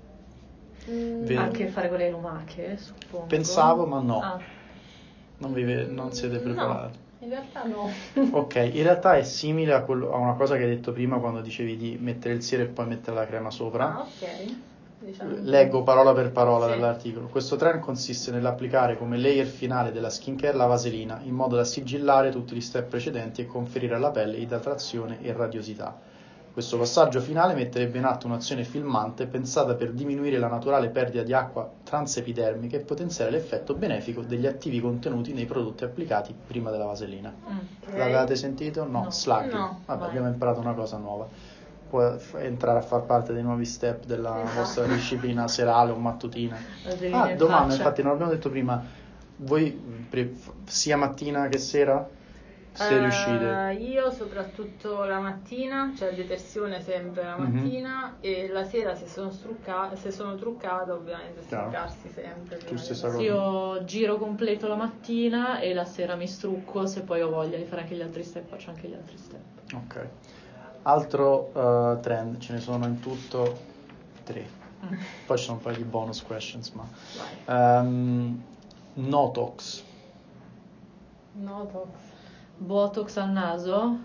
Mm, Ve- Anche fare con le lumache, suppongo. Pensavo, ma no. Ah. Non, vi ve- non siete preparati. No, in realtà no. Ok, in realtà è simile a, quello, a una cosa che hai detto prima quando dicevi di mettere il siero e poi mettere la crema sopra. Ah, ok. Diciamo Leggo parola per parola Sì. dell'articolo. Questo trend consiste nell'applicare come layer finale della skincare la vaselina, in modo da sigillare tutti gli step precedenti e conferire alla pelle idratazione e radiosità. Questo passaggio finale metterebbe in atto un'azione filmante pensata per diminuire la naturale perdita di acqua transepidermica e potenziare l'effetto benefico degli attivi contenuti nei prodotti applicati prima della vaselina. Mm. Ok. L'avevate sentito? No, No. slugging. No, Vabbè, mai. abbiamo imparato una cosa nuova. Può f- entrare a far parte dei nuovi step della Esatto. vostra disciplina serale o mattutina. Vaselina Ah, in domanda, faccia. infatti non l'abbiamo detto prima. Voi pre- f- sia mattina che sera? Se Eh, riuscite. Io soprattutto la mattina, cioè detersione sempre la Mhm. mattina, e la sera se sono, strucca- se sono truccata, ovviamente Chiaro. struccarsi sempre. Tu prima di stessa andare. cosa. Io giro completo la mattina e la sera mi strucco, se poi ho voglia di fare anche gli altri step, faccio anche gli altri step. Ok. Altro eh, trend, ce ne sono in tutto tre. Mm. Poi ci sono un paio di bonus questions, ma Vai. Ehm, Notox. No, tox. Botox al naso?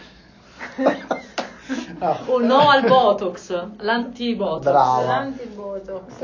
Ah. O no al Botox, l'anti-Botox. Brava. L'antibotox.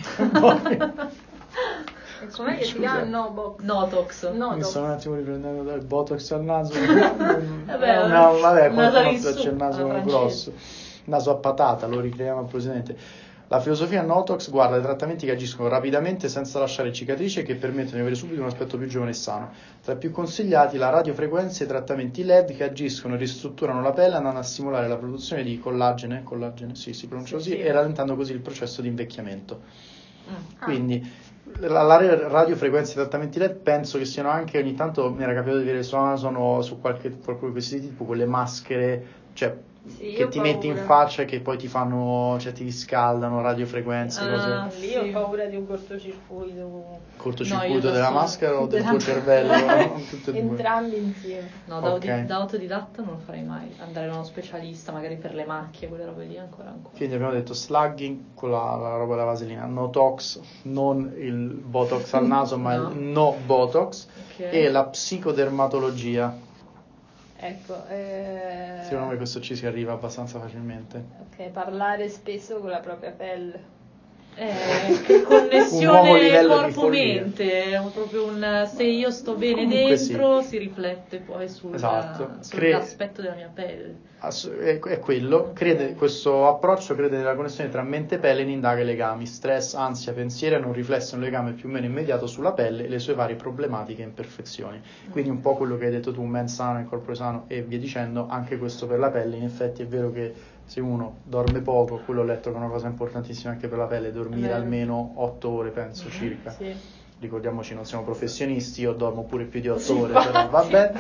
E com'è che si Scusa. chiama? No box. Notox. No, Mi tox. sto un attimo riprendendo dal botox al naso. Vabbè, no, vabbè, un naso qualcuno in su, c'è il naso alla grosso, francese. naso a patata, lo ricreiamo appositamente. La filosofia Notox guarda i trattamenti che agiscono rapidamente senza lasciare cicatrici e che permettono di avere subito un aspetto più giovane e sano. Tra i più consigliati la radiofrequenza e i trattamenti L E D che agiscono e ristrutturano la pelle, andando a stimolare la produzione di collagene, collagene, sì, si pronuncia Sì, così, sì. e rallentando così il processo di invecchiamento. Mm. Ah. Quindi la, la radiofrequenza di trattamenti L E D penso che siano anche, ogni tanto mi era capitato di vedere su Amazon o su qualche, qualcuno di questi siti, tipo quelle maschere, cioè Sì, che ti paura. metti in faccia e che poi ti fanno, cioè ti riscaldano, radiofrequenze, cose. Ah, Lì sì. ho paura di un cortocircuito. Cortocircuito No, io da della sola. maschera o del Della- tuo cervello? No? Tutte e due. Entrambi insieme. No, da, Ok. audi- da autodidatta non lo farei mai. Andare da uno specialista, magari per le macchie, quelle robe lì ancora ancora. Quindi abbiamo detto slugging con la, la roba della vaselina, no tox, non il botox al naso, ma No. il no botox, Ok. e la psicodermatologia. Ecco, eh... Secondo me questo ci si arriva abbastanza facilmente. ok, parlare spesso con la propria pelle. Eh, che Un nuovo connessione livello di corpo-mente, è un- proprio un se io sto bene Comunque dentro sì. si riflette poi sul, Esatto. Cre- sull'aspetto della mia pelle. Ass- è, è quello, crede, questo approccio crede nella connessione tra mente e pelle e ne indaga i legami. Stress, ansia, pensieri hanno un riflesso, un legame più o meno immediato sulla pelle e le sue varie problematiche e imperfezioni. Quindi un po' quello che hai detto tu, mens sana, il corpo sano e via dicendo, anche questo per la pelle. In effetti è vero che se uno dorme poco, quello ho letto che è una cosa importantissima anche per la pelle, dormire Vero. almeno otto ore, penso, Mhm, circa. Sì. Ricordiamoci, non siamo professionisti, io dormo pure più di otto ore, però vabbè.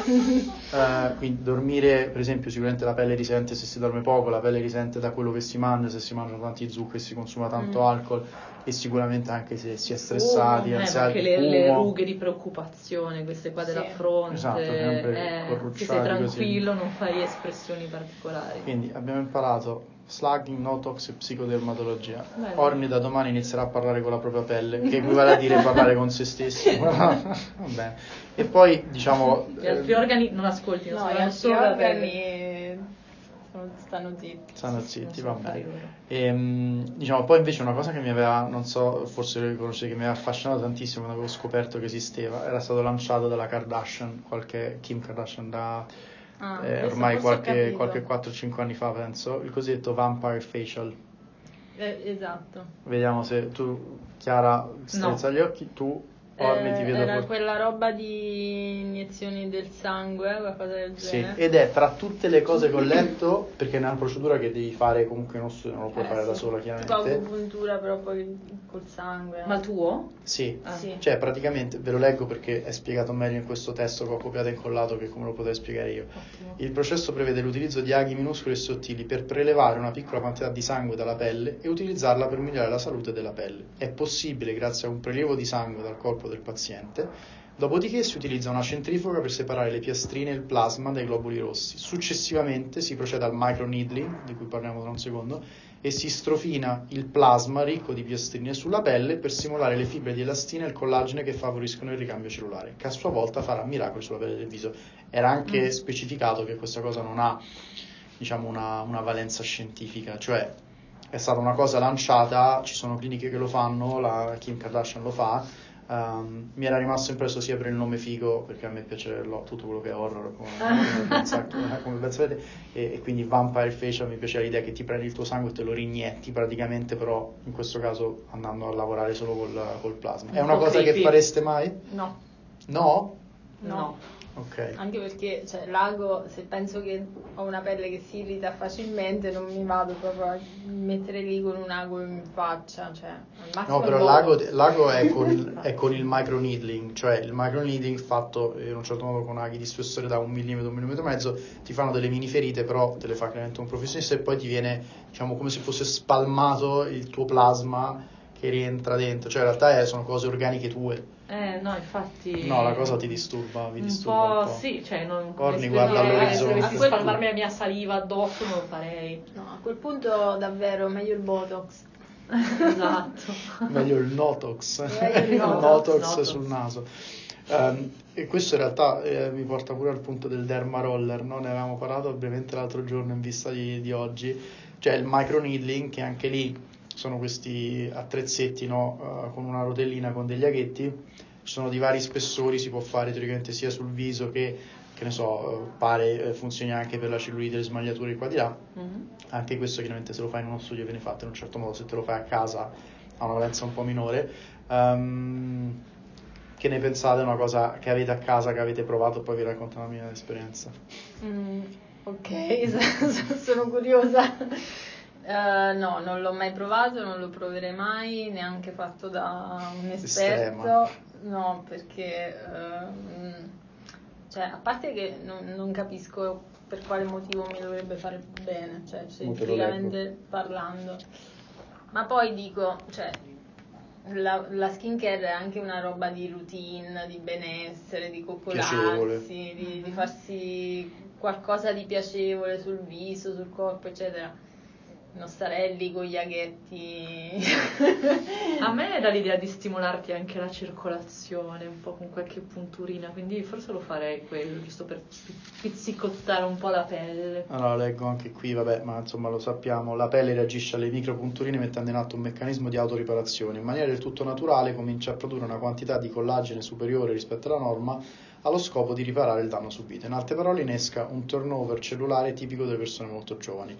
Eh, quindi dormire, per esempio, sicuramente la pelle risente se si dorme poco, la pelle risente da quello che si mangia, se si mangiano tanti zuccheri, si consuma tanto Mm. alcol, e sicuramente anche se si è stressati, Eh, ma ansiati, anche le, le fumo. rughe di preoccupazione, queste qua Sì. della fronte, Esatto, sempre eh, se corrucciati sei così. tranquillo non fai espressioni particolari. Quindi abbiamo imparato slugging, no tox e psicodermatologia. Bello. Orni da domani inizierà a parlare con la propria pelle, che equivale a dire parlare con se stessi. Va bene. E poi diciamo Gli altri eh, organi non ascoltino, No, gli sono altri solo la pelle. organi sono- stanno zitti. stanno Non zitti, sono va affari bene. loro. Ehm, diciamo, poi invece una cosa che mi aveva, non so, forse lo riconoscete, che mi aveva affascinato tantissimo quando avevo scoperto che esisteva, era stato lanciato dalla Kardashian, qualche Kim Kardashian da Ah, eh, questo ormai forse ho qualche, capito. qualche quattro cinque anni fa, penso, il cosiddetto Vampire Facial. Eh, esatto. Vediamo se tu, Chiara, strizza gli occhi, tu, Orni, ti Eh, vedo era for- quella roba di iniezioni del sangue, qualcosa del Sì, genere. ed è tra tutte le cose che ho letto, perché è una procedura che devi fare comunque in uno studio, non lo puoi Eh, fare da sì. sola Tipo chiaramente. acupuntura però poi col sangue. Ma il tuo? Sì, Ah. Sì. cioè praticamente ve lo leggo perché è spiegato meglio in questo testo che ho copiato e incollato che come lo potrei spiegare io. Ottimo. Il processo prevede l'utilizzo di aghi minuscoli e sottili per prelevare una piccola quantità di sangue dalla pelle e utilizzarla per migliorare la salute della pelle. È possibile grazie a un prelievo di sangue dal corpo del paziente. Dopodiché si utilizza una centrifuga per separare le piastrine e il plasma dai globuli rossi. Successivamente si procede al microneedling, di cui parliamo tra un secondo, e si strofina il plasma ricco di piastrine sulla pelle per simulare le fibre di elastina e il collagene che favoriscono il ricambio cellulare, che a sua volta farà miracoli sulla pelle del viso. Era anche Mm. specificato che questa cosa non ha, diciamo, una, una valenza scientifica, cioè è stata una cosa lanciata, ci sono cliniche che lo fanno, la Kim Kardashian lo fa. Um, mi era rimasto impresso sia per il nome figo, perché a me piace lo- tutto quello che è horror, come, come, ben sa- come ben sapete, e, e quindi Vampire Facial mi piaceva l'idea che ti prendi il tuo sangue e te lo rinietti praticamente, però in questo caso andando a lavorare solo col, col plasma. È Un una po' cosa che creepy. fareste mai? No, No? no. No. Ok. Anche perché, cioè, l'ago, se penso che ho una pelle che si irrita facilmente, non mi vado proprio a mettere lì con un ago in faccia, cioè, al massimo No, però il l'ago, Botox. l'ago è, con, è con il microneedling, cioè il microneedling fatto in un certo modo con aghi di spessore da un millimetro, un millimetro e mezzo, ti fanno delle mini ferite, però te le fa chiaramente un professionista e poi ti viene, diciamo, come se fosse spalmato il tuo plasma che rientra dentro, cioè in realtà è- sono cose organiche tue. Eh, no, infatti. No, la cosa ti disturba, vi un disturba po', un po'. sì, cioè non Orni, come guarda dire, all'orizzonte. se dovessi A quel- spalmarmi la mia saliva addosso non lo farei. No, a quel punto davvero meglio il Botox. Esatto. Meglio il Notox, Meglio il Notox, Notox Notox. sul naso. Ehm, e questo in realtà eh, mi porta pure al punto del derma roller, no? Ne avevamo parlato brevemente l'altro giorno in vista di, di oggi, cioè il microneedling, che anche lì sono questi attrezzetti, no? Eh, con una rotellina con degli aghetti, ci sono di vari spessori, si può fare teoricamente sia sul viso che, che ne so, eh, pare eh, funzioni anche per la cellulite, le smagliature qua di là. Mhm. Anche questo chiaramente se lo fai in uno studio viene fatto in un certo modo, se te lo fai a casa ha una valenza un po' minore. Um, che ne pensate? È una cosa che avete a casa, che avete provato, poi vi racconto la mia esperienza. Mm, ok, sono curiosa. Uh, no, non l'ho mai provato, non lo proverei mai, neanche fatto da un esperto. Estrema. No, perché uh, cioè, a parte che non, non capisco per quale motivo mi dovrebbe fare bene, cioè scientificamente parlando. Ma poi dico, cioè, la, la skincare è anche una roba di routine, di benessere, di coccolarsi, di, di farsi qualcosa di piacevole sul viso, sul corpo, eccetera. Non starei lì con gli aghetti. A me dà l'idea di stimolarti anche la circolazione, un po' con qualche punturina, quindi forse lo farei quello, giusto per pizzicottare un po' la pelle. Allora, leggo anche qui, vabbè, ma insomma lo sappiamo, la pelle reagisce alle micropunturine mettendo in atto un meccanismo di autoriparazione. In maniera del tutto naturale comincia a produrre una quantità di collagene superiore rispetto alla norma allo scopo di riparare il danno subito. In altre parole, innesca un turnover cellulare tipico delle persone molto giovani.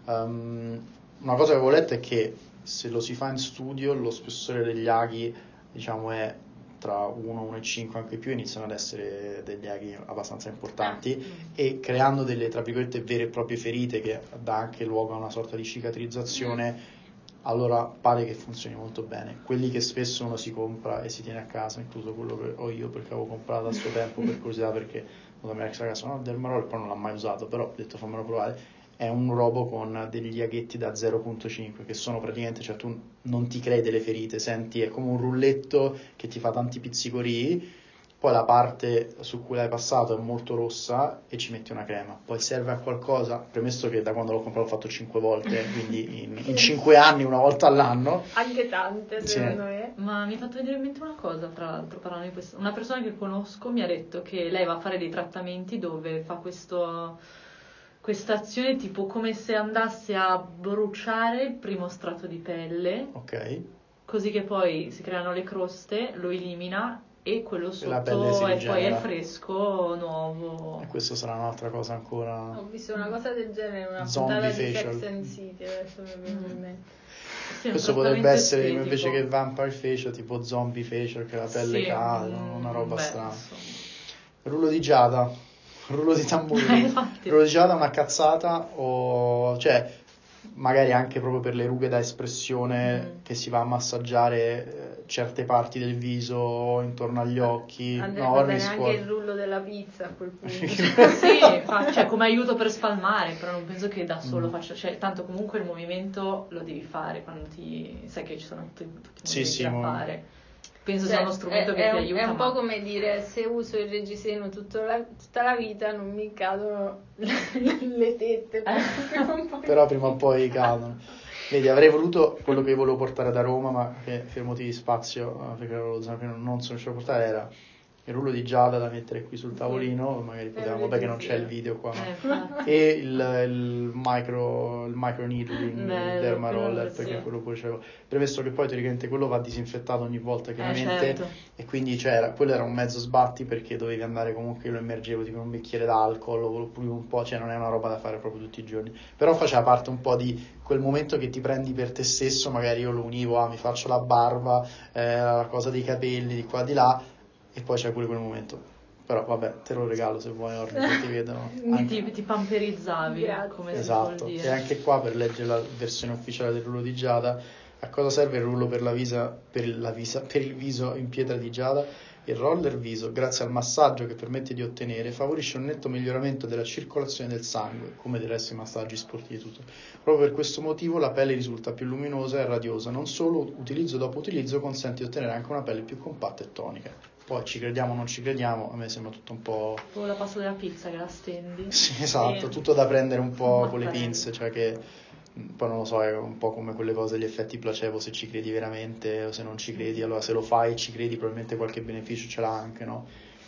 Um, una cosa che avevo letto è che se lo si fa in studio lo spessore degli aghi, diciamo, è tra uno, uno virgola cinque, anche più, iniziano ad essere degli aghi abbastanza importanti e creando delle, tra virgolette, vere e proprie ferite che dà anche luogo a una sorta di cicatrizzazione, allora pare che funzioni molto bene. Quelli che spesso uno si compra e si tiene a casa, incluso quello che ho io, perché avevo comprato a suo tempo per curiosità, perché la mia ex ragazza no, del Marol, poi non l'ha mai usato, però ho detto fammelo provare. È un robo con degli aghetti da zero virgola cinque che sono praticamente, cioè tu non ti crei delle ferite, senti, è come un rulletto che ti fa tanti pizzicorii, poi la parte su cui l'hai passato è molto rossa e ci metti una crema, poi serve a qualcosa, premesso che da quando l'ho comprato l'ho fatto cinque volte, quindi in, in cinque anni una volta all'anno. Anche tante, secondo sì. me. Ma mi ha fatto venire in mente una cosa, tra l'altro, parlando di questo. Una persona che conosco mi ha detto che lei va a fare dei trattamenti dove fa questo... questa azione tipo come se andasse a bruciare il primo strato di pelle, ok, così che poi si creano le croste, lo elimina e quello e sotto e poi è fresco, nuovo. E questo sarà un'altra cosa ancora. Ho visto una cosa del genere, una Zombie puntata di facial. Sex and City, adesso mi viene in mente. Sì, questo potrebbe essere estetico. invece che vampire facial, tipo zombie facial, che la pelle sì, cade, mm, una roba beh, strana. insomma. Rullo di giada, rullo di tamburi. Rullo di giada è una cazzata, o cioè magari anche proprio per le rughe da espressione, mm. che si va a massaggiare eh, certe parti del viso intorno agli occhi. Andrebbe no, bene scuola. anche il rullo della pizza a quel punto. Sì, fa, cioè come aiuto per spalmare, però non penso che da solo mm. faccia, cioè tanto comunque il movimento lo devi fare quando ti sai che ci sono tutti, tutti i movimenti sì, sì, da mo- fare. Penso cioè, sia uno strumento è, che è ti un, aiuta. È un ma... po' come dire, se uso il reggiseno tutta la, tutta la vita non mi cadono le tette. Però prima o poi cadono. Vedi, avrei voluto quello che volevo portare da Roma, ma che per motivi di spazio, perché lo zampino non sono riuscito a portare, era il rullo di giada da mettere qui sul tavolino, magari potevamo, vabbè che non c'è il video qua, eh, e il, il micro il micro needling, il derma roller, perché sì. quello pure c'avevo. Premesso che poi teoricamente quello va disinfettato ogni volta chiaramente, eh, certo. e quindi c'era, quello era un mezzo sbatti perché dovevi andare comunque, io lo immergevo tipo in un bicchiere d'alcol, lo pulivo un po', cioè non è una roba da fare proprio tutti i giorni, però faceva parte un po' di quel momento che ti prendi per te stesso, magari io lo univo a mi faccio la barba, eh, la cosa dei capelli di qua di là, e poi c'è pure quel momento. Però vabbè, te lo regalo se vuoi, Orni, che ti vedono. Anche... ti, ti pamperizzavi, Grazie. come esatto. si vuol dire. E anche qua, per leggere la versione ufficiale del rullo di giada, a cosa serve il rullo per la visa, per la visa, per il viso in pietra di giada? Il roller viso, grazie al massaggio che permette di ottenere, favorisce un netto miglioramento della circolazione del sangue, come del resto i massaggi sportivi e tutto. Proprio per questo motivo la pelle risulta più luminosa e radiosa, non solo utilizzo dopo utilizzo consente di ottenere anche una pelle più compatta e tonica. Poi ci crediamo o non ci crediamo, a me sembra tutto un po'... Come la pasta della pizza che la stendi. Sì, esatto, sì. tutto da prendere un po' Mattarello. con le pinze, cioè che poi non lo so, è un po' come quelle cose, gli effetti placebo, se ci credi veramente o se non ci credi, allora se lo fai e ci credi probabilmente qualche beneficio ce l'ha anche, no?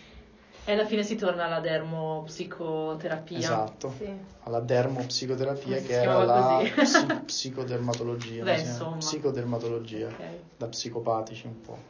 E alla fine si torna alla dermopsicoterapia. Esatto, sì. alla dermopsicoterapia, si che era la così. psi- psicodermatologia, Beh, insomma, psicodermatologia, okay. Da psicopatici un po'.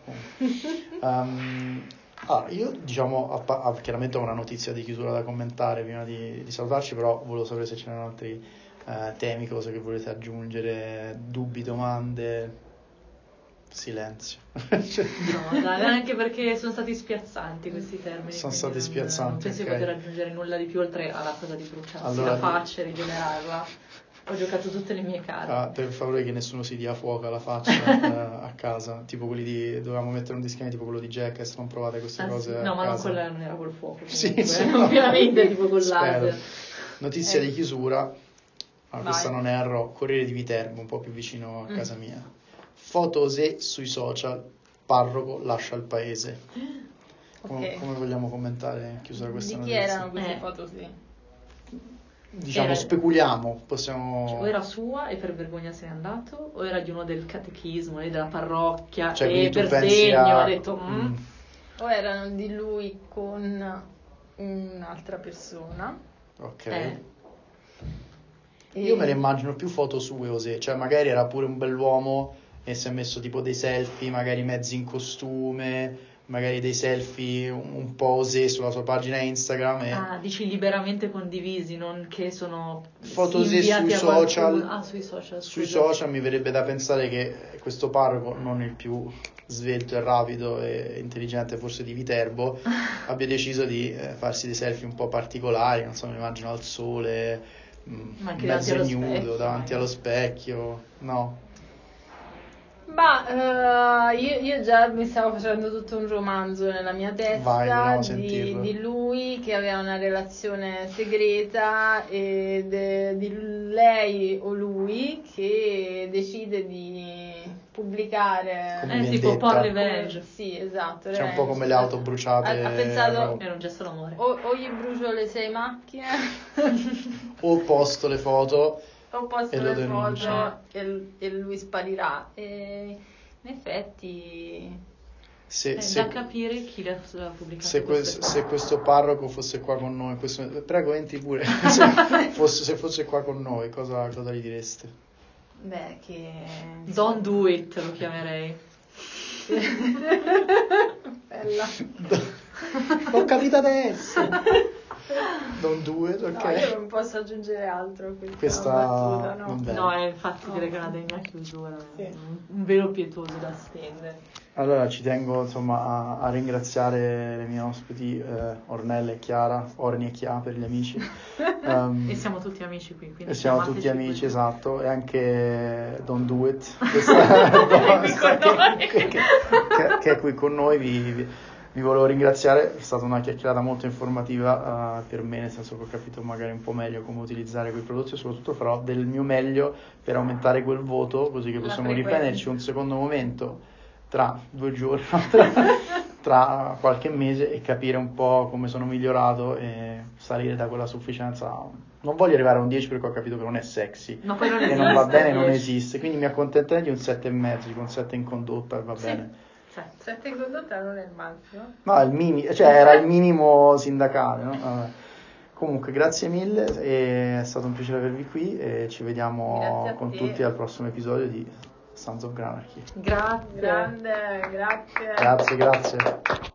um, ah, io diciamo, a, a, chiaramente ho una notizia di chiusura da commentare prima di, di salutarci, però volevo sapere se c'erano altri uh, temi, cose che volete aggiungere, dubbi, domande. Silenzio. No, dai, anche perché sono stati spiazzanti questi termini. Sono stati non, spiazzanti. Non penso okay. di poter aggiungere nulla di più oltre alla cosa di bruciarsi allora, la faccia e rigenerarla. Ho giocato tutte le mie carte. Ah, per favore che nessuno si dia fuoco alla faccia eh, a casa, tipo quelli di, dovevamo mettere un disclaimer tipo quello di Jackass, non provate queste Ah, cose sì. a No, ma non, casa. quella non era col fuoco. Sì, Comunque. sì, Ovviamente tipo con Spero. laser. Notizia Eh. di chiusura, ah, questa Vai. non erro, Corriere di Viterbo, un po' più vicino a Mm. casa mia. Foto Osè sui social, parroco lascia il paese. Come, Ok. come vogliamo commentare in chiusura questa Di chi notizia? erano queste Eh. foto? Sì. Diciamo, Era- speculiamo, possiamo... Cioè, o era sua e per vergogna se n'è andato, o era di uno del catechismo e della parrocchia Cioè, e quindi tu per pensi degno a... ha detto mm. Mm. O erano di lui con un'altra persona. Ok. Eh. Io E- me ne immagino più foto sue, Osè, cioè magari era pure un bell'uomo e si è messo tipo dei selfie, magari mezzi in costume, magari dei selfie un, un po' Osè sulla sua pagina Instagram e Ah, dici liberamente condivisi, non che sono foto Osè inviati sui a qualcuno. social. Ah, sui social, Sui scusa. social mi verrebbe da pensare che questo parroco, non il più svelto e rapido e intelligente forse di Viterbo, abbia deciso di eh, farsi dei selfie un po' particolari, non so, mi immagino al sole, mh, Ma anche mezzo davanti allo nudo, specchio, davanti magari. allo specchio, no. Ma eh, io, io già mi stavo facendo tutto un romanzo nella mia testa Vai, vogliamo di, sentirlo. di lui che aveva una relazione segreta e de- di lei o lui che decide di pubblicare. Come Eh, tipo vendetta. Por Revenge. Sì, esatto. C'è un po' revenge. come le auto bruciate. Ha, ha pensato Era un gesto d'amore. o, o gli brucio le sei macchine O posto le foto o posto e lo le denuncia. foto e, e lui sparirà. E in effetti Se, È se- da capire chi l'ha l'ha pubblicato. se, que- queste se foto. questo parroco fosse qua con noi, questo- prego entri pure, se fosse, se fosse qua con noi, cosa, cosa gli direste? beh che Don't do it, lo chiamerei. bella. L'ho capito adesso. Don't do it, ok. No, io non posso aggiungere altro a questa, Questa- battuta, no. non bene. No, è infatti No. direi che è una degna chiusura, Sì. un, un velo pietoso da stendere. Allora ci tengo insomma a, a ringraziare le mie ospiti eh, Ornella e Chiara, Orni e Chia per gli amici. Um, E siamo tutti amici qui, quindi e siamo chiamateci tutti amici, pure. esatto, e anche Don't Do It, questa- questa- che, che- che- che è qui con noi, vi, vi, vi volevo ringraziare, è stata una chiacchierata molto informativa uh, per me, nel senso che ho capito magari un po' meglio come utilizzare quei prodotti e soprattutto farò del mio meglio per aumentare quel voto, così che La possiamo frequenza. riprenderci un secondo momento tra due giorni, tra, tra qualche mese e capire un po' come sono migliorato e salire da quella sufficienza. Non voglio arrivare a un dieci perché ho capito che non è sexy, No, poi non che esiste, non va bene, non dieci. esiste, quindi mi accontenterei di un sette e mezzo, con sette in condotta e va Sì. bene. Sette. Sette in condotta non è il massimo. No, il mini, cioè era il minimo sindacale, no? Vabbè. Comunque, grazie mille, è stato un piacere avervi qui e ci vediamo Grazie a con te. tutti al prossimo episodio di Sons of Granarchy. Grazie. Grande, grazie. Grazie, grazie.